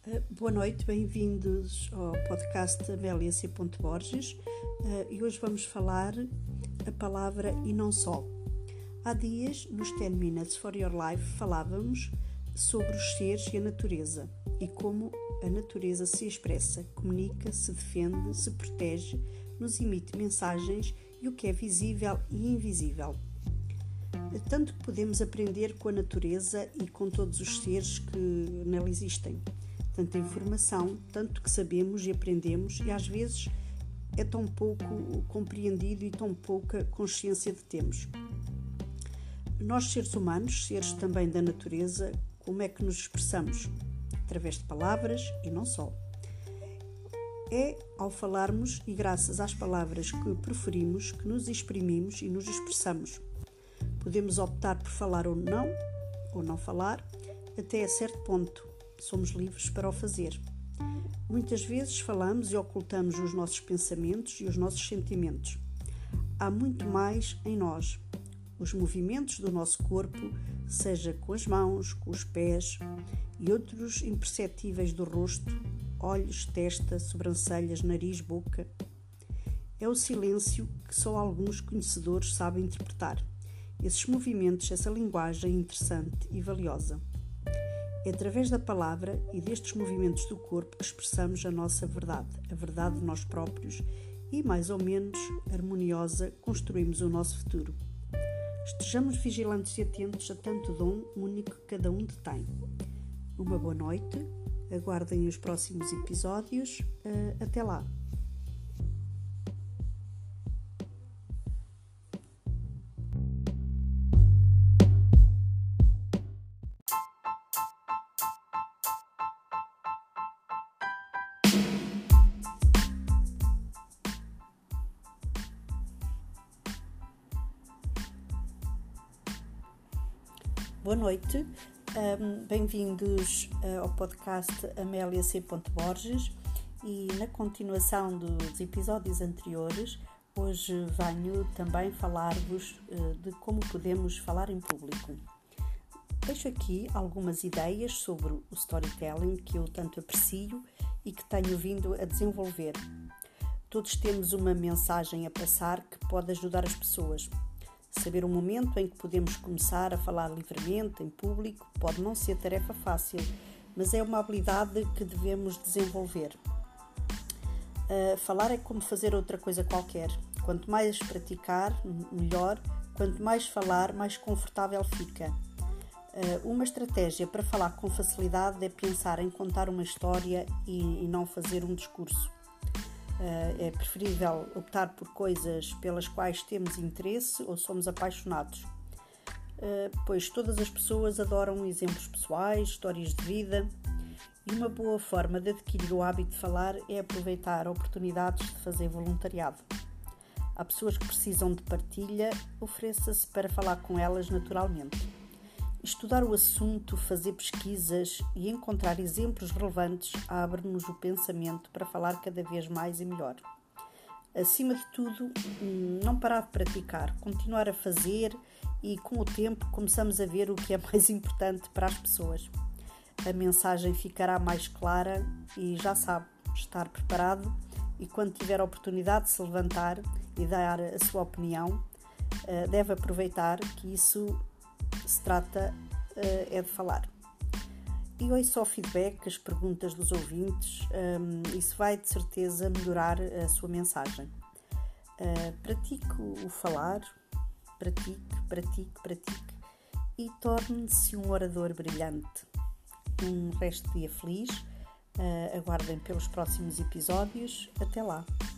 Boa noite, bem-vindos ao podcast Amélia C. Borges e hoje vamos falar a palavra e não só. Há dias, nos 10 Minutes for Your Life, falávamos sobre os seres e a natureza e como a natureza se expressa, comunica, se defende, se protege, nos emite mensagens e o que é visível e invisível. Tanto que podemos aprender com a natureza e com todos os seres que nela existem. Tanta informação, tanto que sabemos e aprendemos e às vezes é tão pouco compreendido e tão pouca consciência de temos. Nós, seres humanos, seres também da natureza, como é que nos expressamos? Através de palavras e não só. É ao falarmos e graças às palavras que preferimos que nos exprimimos e nos expressamos. Podemos optar por falar ou não falar, até a certo ponto. Somos livres para o fazer. Muitas vezes falamos e ocultamos os nossos pensamentos e os nossos sentimentos. Há muito mais em nós. Os movimentos do nosso corpo, seja com as mãos, com os pés e outros imperceptíveis do rosto, olhos, testa, sobrancelhas, nariz, boca. É o silêncio que só alguns conhecedores sabem interpretar. Esses movimentos, essa linguagem interessante e valiosa. É através da palavra e destes movimentos do corpo que expressamos a nossa verdade, a verdade de nós próprios e, mais ou menos harmoniosa, construímos o nosso futuro. Estejamos vigilantes e atentos a tanto dom único que cada um detém. Uma boa noite, aguardem os próximos episódios. Até lá! Boa noite, bem-vindos ao podcast Amélia C. Borges e na continuação dos episódios anteriores, hoje venho também falar-vos de como podemos falar em público. Deixo aqui algumas ideias sobre o storytelling que eu tanto aprecio e que tenho vindo a desenvolver. Todos temos uma mensagem a passar que pode ajudar as pessoas. Saber o momento em que podemos começar a falar livremente, em público, pode não ser tarefa fácil, mas é uma habilidade que devemos desenvolver. Falar é como fazer outra coisa qualquer. Quanto mais praticar, melhor. Quanto mais falar, mais confortável fica. Uma estratégia para falar com facilidade é pensar em contar uma história e não fazer um discurso. É preferível optar por coisas pelas quais temos interesse ou somos apaixonados, pois todas as pessoas adoram exemplos pessoais, histórias de vida, e uma boa forma de adquirir o hábito de falar é aproveitar oportunidades de fazer voluntariado. Há pessoas que precisam de partilha, ofereça-se para falar com elas naturalmente. Estudar o assunto, fazer pesquisas e encontrar exemplos relevantes abre-nos o pensamento para falar cada vez mais e melhor. Acima de tudo, não parar de praticar, continuar a fazer e com o tempo começamos a ver o que é mais importante para as pessoas. A mensagem ficará mais clara e já sabe, estar preparado e quando tiver a oportunidade de se levantar e dar a sua opinião, deve aproveitar que isso se trata é de falar. E ouço ao feedback, as perguntas dos ouvintes, isso vai de certeza melhorar a sua mensagem. Pratique o falar, pratique e torne-se um orador brilhante. Um resto de dia feliz, aguardem pelos próximos episódios, até lá!